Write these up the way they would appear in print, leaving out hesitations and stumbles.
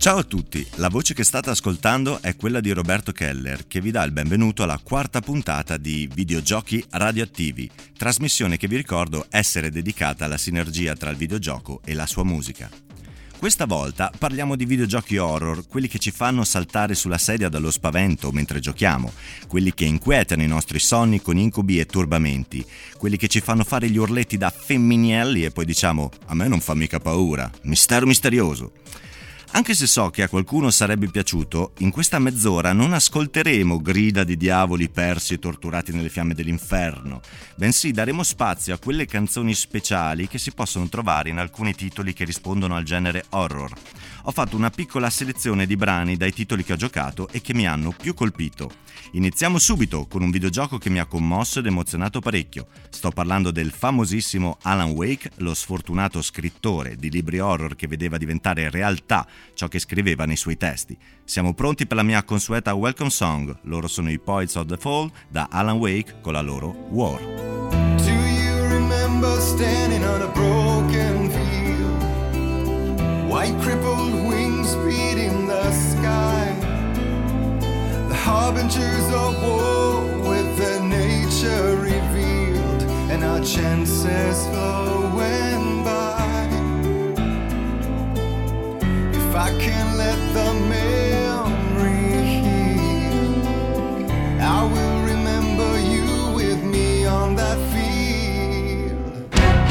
Ciao a tutti, la voce che state ascoltando è quella di Roberto Keller, che vi dà il benvenuto alla quarta puntata di Videogiochi Radioattivi, trasmissione che vi ricordo essere dedicata alla sinergia tra il videogioco e la sua musica. Questa volta parliamo di videogiochi horror, quelli che ci fanno saltare sulla sedia dallo spavento mentre giochiamo, quelli che inquietano i nostri sonni con incubi e turbamenti, quelli che ci fanno fare gli urletti da femminielli e poi diciamo «a me non fa mica paura, mistero misterioso». Anche se so che a qualcuno sarebbe piaciuto, in questa mezz'ora non ascolteremo grida di diavoli persi e torturati nelle fiamme dell'inferno, bensì daremo spazio a quelle canzoni speciali che si possono trovare in alcuni titoli che rispondono al genere horror. Ho fatto una piccola selezione di brani dai titoli che ho giocato e che mi hanno più colpito. Iniziamo subito con un videogioco che mi ha commosso ed emozionato parecchio. Sto parlando del famosissimo Alan Wake, lo sfortunato scrittore di libri horror che vedeva diventare realtà ciò che scriveva nei suoi testi. Siamo pronti per la mia consueta welcome song. Loro sono i Poets of the Fall da Alan Wake con la loro War. Do you remember standing on a broken field, white crippled wings beating the sky, the harbingers of war with their nature revealed, and our chances flowing by. If I can let the memory heal, I will remember you with me on that field.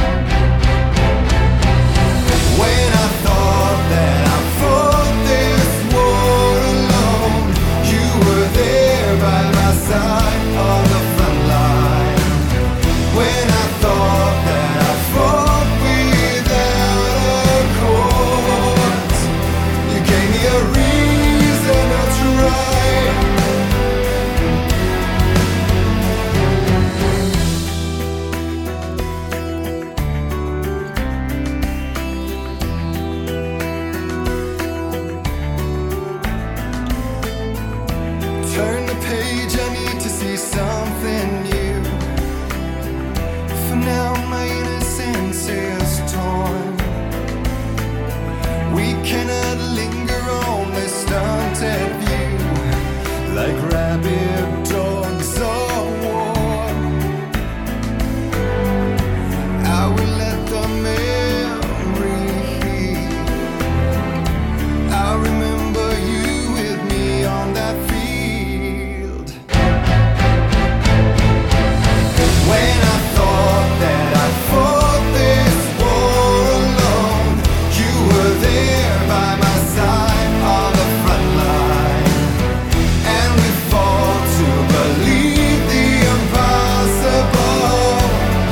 When I thought that I fought this war alone, you were there by my side on the front line. When I thought that I fought without a cause, you gave me a reason to try. Turn the page, I need to see something new. For now my innocence is torn. We cannot linger on this stunted view, like rabid dogs of war. I will let the memory heal. I remember you with me on that field. When I thought that I fought this war alone, you were there by my side on the front line, and we fought to believe the impossible.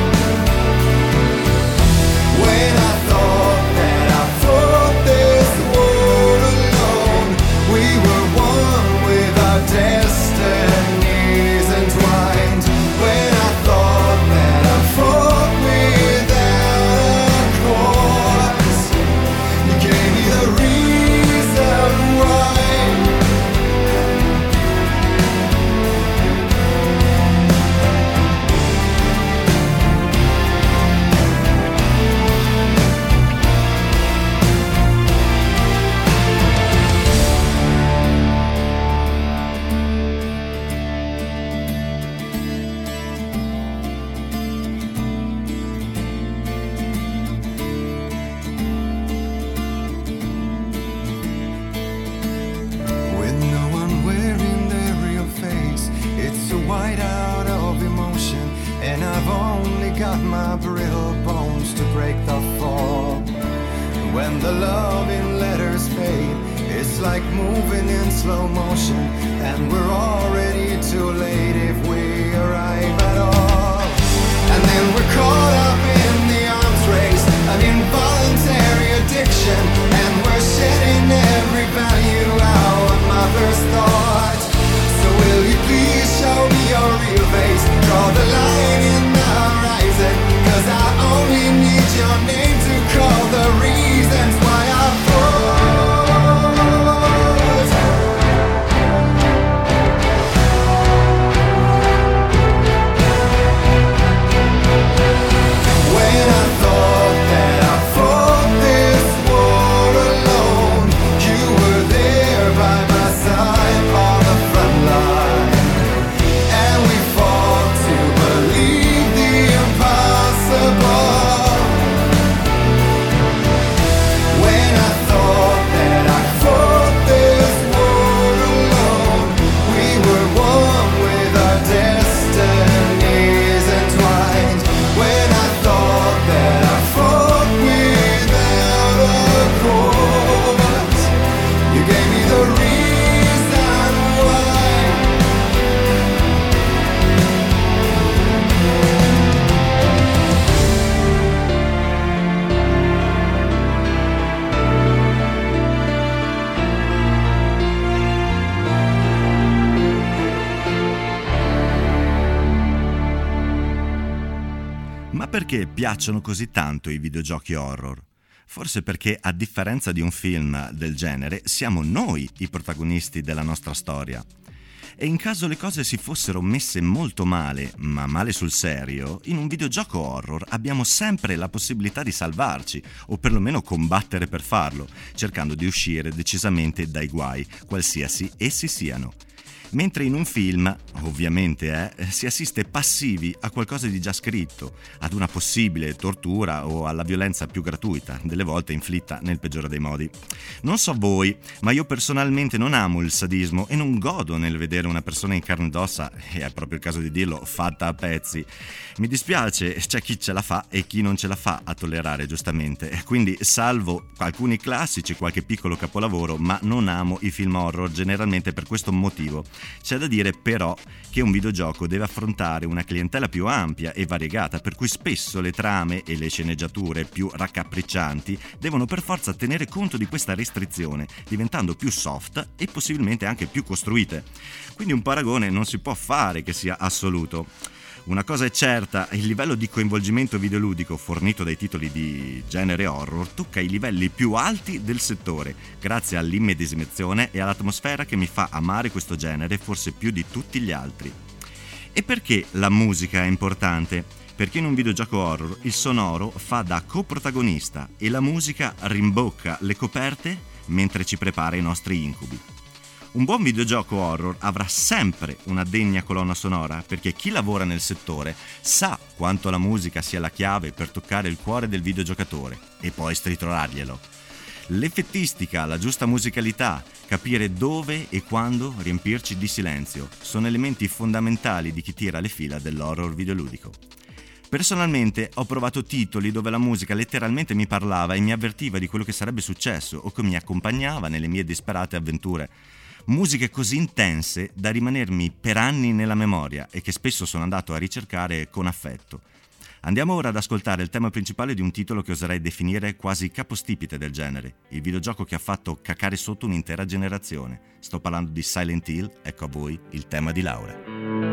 When I thought that I fought this war alone, we were one with our destinies entwined. When I thought that I fought without a cause, you gave me the reason why. With no one wearing their real face, it's a whiteout of emotion, and I've only got my brittle bones to break the fall. When the love in letters fade, it's like moving in slow motion, and we're already too late if we arrive at all. And then we're caught up in the arms race, an involuntary addiction, and we're shedding every value our mother's thought. So will you please show me your real face, draw the line in the horizon, 'cause I only need your name to call the reasons why I fought. When I thought that I Perché piacciono così tanto i videogiochi horror? Forse perché, a differenza di un film del genere, siamo noi i protagonisti della nostra storia. E in caso le cose si fossero messe molto male, ma male sul serio, in un videogioco horror abbiamo sempre la possibilità di salvarci, o perlomeno combattere per farlo, cercando di uscire decisamente dai guai, qualsiasi essi siano. Mentre in un film, ovviamente, si assiste passivi a qualcosa di già scritto, ad una possibile tortura o alla violenza più gratuita, delle volte inflitta nel peggiore dei modi. Non so voi, ma io personalmente non amo il sadismo e non godo nel vedere una persona in carne ed ossa, e è proprio il caso di dirlo, fatta a pezzi. Mi dispiace, c'è chi ce la fa e chi non ce la fa a tollerare, giustamente. Quindi salvo alcuni classici, qualche piccolo capolavoro, ma non amo i film horror generalmente per questo motivo. C'è da dire però che un videogioco deve affrontare una clientela più ampia e variegata, per cui spesso le trame e le sceneggiature più raccapriccianti devono per forza tenere conto di questa restrizione, diventando più soft e possibilmente anche più costruite. Quindi un paragone non si può fare che sia assoluto. Una cosa è certa, il livello di coinvolgimento videoludico fornito dai titoli di genere horror tocca i livelli più alti del settore, grazie all'immedesimazione e all'atmosfera che mi fa amare questo genere forse più di tutti gli altri. E perché la musica è importante? Perché in un videogioco horror il sonoro fa da coprotagonista e la musica rimbocca le coperte mentre ci prepara i nostri incubi. Un buon videogioco horror avrà sempre una degna colonna sonora, perché chi lavora nel settore sa quanto la musica sia la chiave per toccare il cuore del videogiocatore e poi stritorarglielo. L'effettistica, la giusta musicalità, capire dove e quando riempirci di silenzio sono elementi fondamentali di chi tira le fila dell'horror videoludico. Personalmente ho provato titoli dove la musica letteralmente mi parlava e mi avvertiva di quello che sarebbe successo o che mi accompagnava nelle mie disperate avventure. Musiche così intense da rimanermi per anni nella memoria e che spesso sono andato a ricercare con affetto. Andiamo ora ad ascoltare il tema principale di un titolo che oserei definire quasi capostipite del genere, il videogioco che ha fatto cacare sotto un'intera generazione. Sto parlando di Silent Hill, ecco a voi il tema di Laura.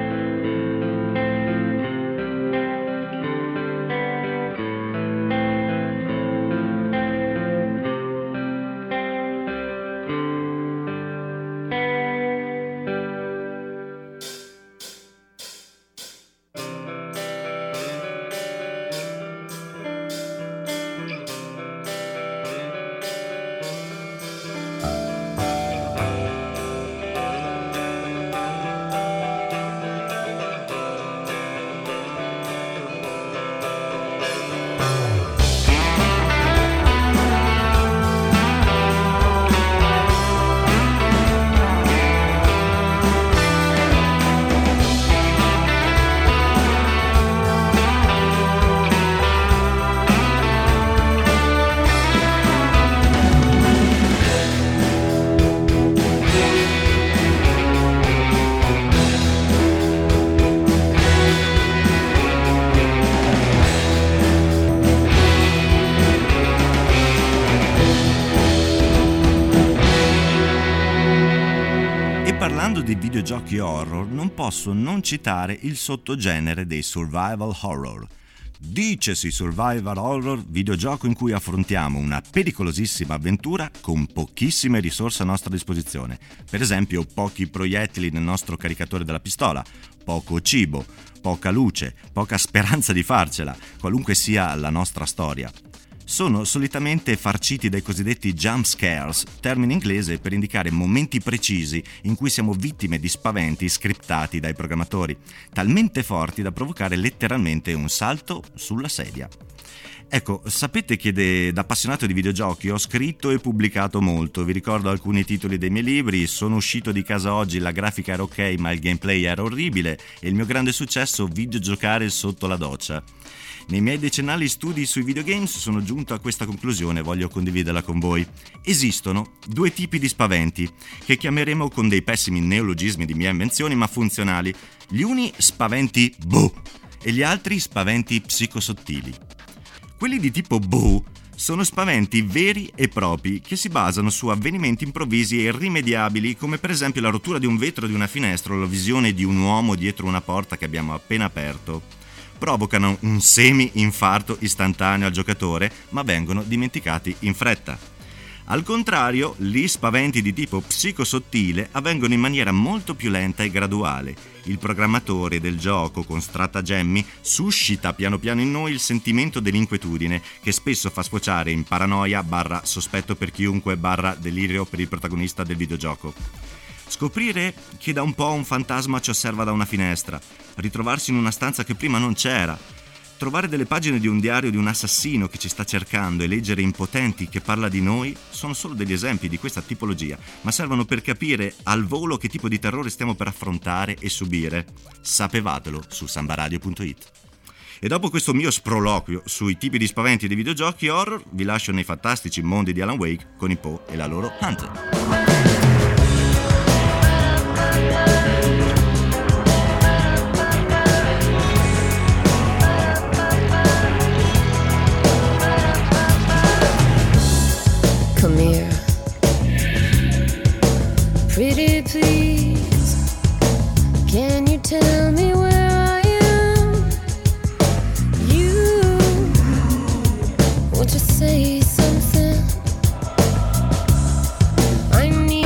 Parlando di videogiochi horror, non posso non citare il sottogenere dei survival horror. Dicesi survival horror, videogioco in cui affrontiamo una pericolosissima avventura con pochissime risorse a nostra disposizione. Per esempio, pochi proiettili nel nostro caricatore della pistola, poco cibo, poca luce, poca speranza di farcela, qualunque sia la nostra storia. Sono solitamente farciti dai cosiddetti jump scares, termine inglese per indicare momenti precisi in cui siamo vittime di spaventi scriptati dai programmatori, talmente forti da provocare letteralmente un salto sulla sedia. Ecco, sapete che da appassionato di videogiochi ho scritto e pubblicato molto, vi ricordo alcuni titoli dei miei libri, sono uscito di casa oggi, la grafica era ok ma il gameplay era orribile e il mio grande successo, videogiocare sotto la doccia. Nei miei decennali studi sui videogames sono giunto a questa conclusione e voglio condividerla con voi. Esistono due tipi di spaventi, che chiameremo con dei pessimi neologismi di mie invenzioni ma funzionali. Gli uni spaventi boh e gli altri spaventi psicosottili. Quelli di tipo boh sono spaventi veri e propri che si basano su avvenimenti improvvisi e irrimediabili, come per esempio la rottura di un vetro di una finestra o la visione di un uomo dietro una porta che abbiamo appena aperto. provocano un semi-infarto istantaneo al giocatore, ma vengono dimenticati in fretta. Al contrario, gli spaventi di tipo psicosottile avvengono in maniera molto più lenta e graduale. Il programmatore del gioco con stratagemmi suscita piano piano in noi il sentimento dell'inquietudine, che spesso fa sfociare in paranoia / sospetto per chiunque / delirio per il protagonista del videogioco. Scoprire che da un po' un fantasma ci osserva da una finestra, ritrovarsi in una stanza che prima non c'era, trovare delle pagine di un diario di un assassino che ci sta cercando e leggere Impotenti che parla di noi sono solo degli esempi di questa tipologia, ma servono per capire al volo che tipo di terrore stiamo per affrontare e subire. Sapevatelo su sambaradio.it. E dopo questo mio sproloquio sui tipi di spaventi dei videogiochi horror, vi lascio nei fantastici mondi di Alan Wake con i Poe e la loro Hunter. Come here, pretty please. Can you tell me where I am? You want to say something? I need.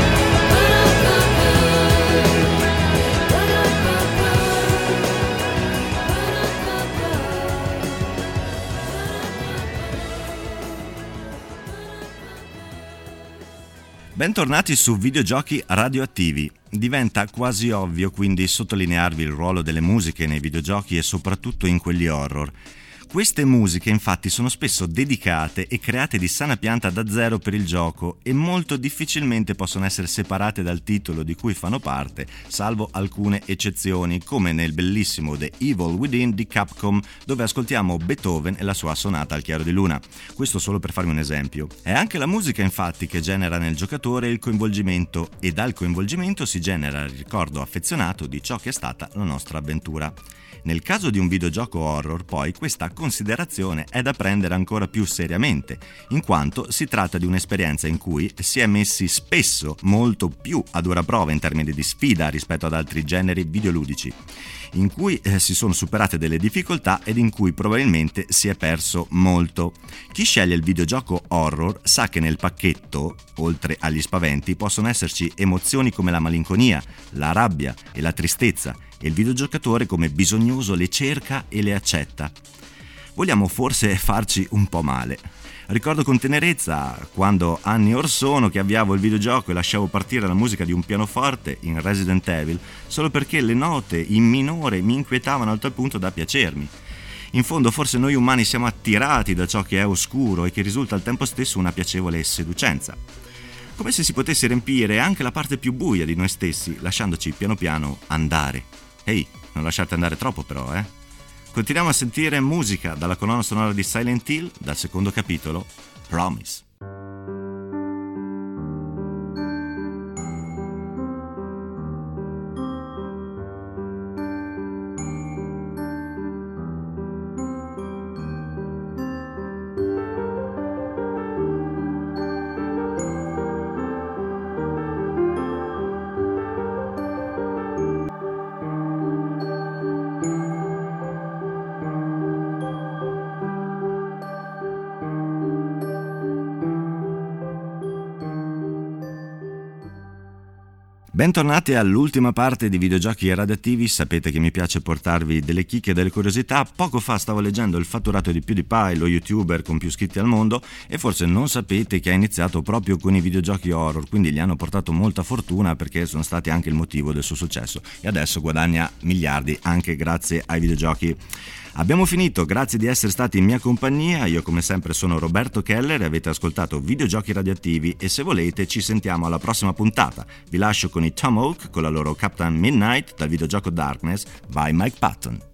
Bentornati su Videogiochi Radioattivi. Diventa quasi ovvio quindi sottolinearvi il ruolo delle musiche nei videogiochi e soprattutto in quelli horror. Queste musiche infatti sono spesso dedicate e create di sana pianta da zero per il gioco e molto difficilmente possono essere separate dal titolo di cui fanno parte, salvo alcune eccezioni, come nel bellissimo The Evil Within di Capcom, dove ascoltiamo Beethoven e la sua sonata al chiaro di luna. Questo solo per farmi un esempio. È anche la musica infatti che genera nel giocatore il coinvolgimento, e dal coinvolgimento si genera il ricordo affezionato di ciò che è stata la nostra avventura. Nel caso di un videogioco horror, poi, questa considerazione è da prendere ancora più seriamente, in quanto si tratta di un'esperienza in cui si è messi spesso molto più a dura prova in termini di sfida rispetto ad altri generi videoludici, in cui si sono superate delle difficoltà ed in cui probabilmente si è perso molto. Chi sceglie il videogioco horror sa che nel pacchetto, oltre agli spaventi, possono esserci emozioni come la malinconia, la rabbia e la tristezza, e il videogiocatore come bisognoso le cerca e le accetta. Vogliamo forse farci un po' male. Ricordo con tenerezza quando anni or sono che avviavo il videogioco e lasciavo partire la musica di un pianoforte in Resident Evil solo perché le note in minore mi inquietavano al tal punto da piacermi. In fondo forse noi umani siamo attirati da ciò che è oscuro e che risulta al tempo stesso una piacevole seducenza. Come se si potesse riempire anche la parte più buia di noi stessi lasciandoci piano piano andare. Ehi, non lasciate andare troppo però, Continuiamo a sentire musica dalla colonna sonora di Silent Hill, dal secondo capitolo, Promise. Bentornati all'ultima parte di Videogiochi Radioattivi. Sapete che mi piace portarvi delle chicche e delle curiosità. Poco fa stavo leggendo il fatturato di PewDiePie, lo youtuber con più iscritti al mondo, e forse non sapete che ha iniziato proprio con i videogiochi horror, quindi gli hanno portato molta fortuna perché sono stati anche il motivo del suo successo, e adesso guadagna miliardi anche grazie ai videogiochi. Abbiamo finito, grazie di essere stati in mia compagnia. Io come sempre sono Roberto Keller e avete ascoltato Videogiochi Radioattivi, e se volete ci sentiamo alla prossima puntata. Vi lascio con i Tomahawk con la loro Captain Midnight dal videogioco Darkness by Mike Patton.